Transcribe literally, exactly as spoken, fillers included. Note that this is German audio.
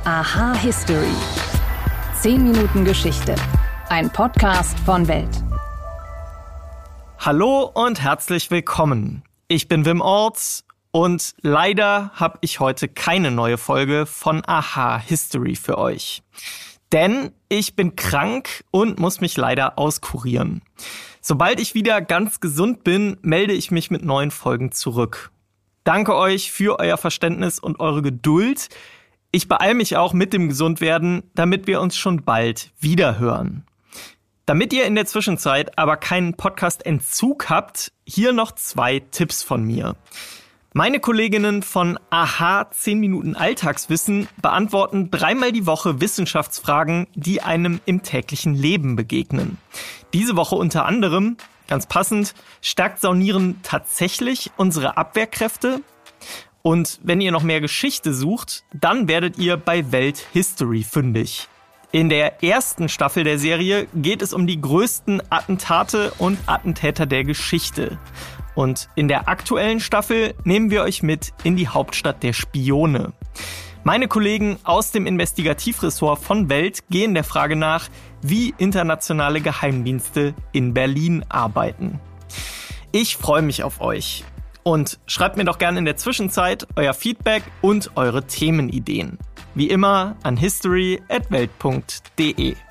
Aha History. zehn Minuten Geschichte. Ein Podcast von Welt. Hallo und herzlich willkommen. Ich bin Wim Orts und leider habe ich heute keine neue Folge von Aha History für euch. Denn ich bin krank und muss mich leider auskurieren. Sobald ich wieder ganz gesund bin, melde ich mich mit neuen Folgen zurück. Danke euch für euer Verständnis und eure Geduld. Ich beeile mich auch mit dem Gesundwerden, damit wir uns schon bald wieder hören. Damit ihr in der Zwischenzeit aber keinen Podcast-Entzug habt, hier noch zwei Tipps von mir. Meine Kolleginnen von Aha zehn Minuten Alltagswissen beantworten dreimal die Woche Wissenschaftsfragen, die einem im täglichen Leben begegnen. Diese Woche unter anderem, ganz passend, stärkt Saunieren tatsächlich unsere Abwehrkräfte? Und wenn ihr noch mehr Geschichte sucht, dann werdet ihr bei Welt History fündig. In der ersten Staffel der Serie geht es um die größten Attentate und Attentäter der Geschichte. Und in der aktuellen Staffel nehmen wir euch mit in die Hauptstadt der Spione. Meine Kollegen aus dem Investigativressort von Welt gehen der Frage nach, wie internationale Geheimdienste in Berlin arbeiten. Ich freue mich auf euch. Und schreibt mir doch gerne in der Zwischenzeit euer Feedback und eure Themenideen. Wie immer an history at welt punkt de.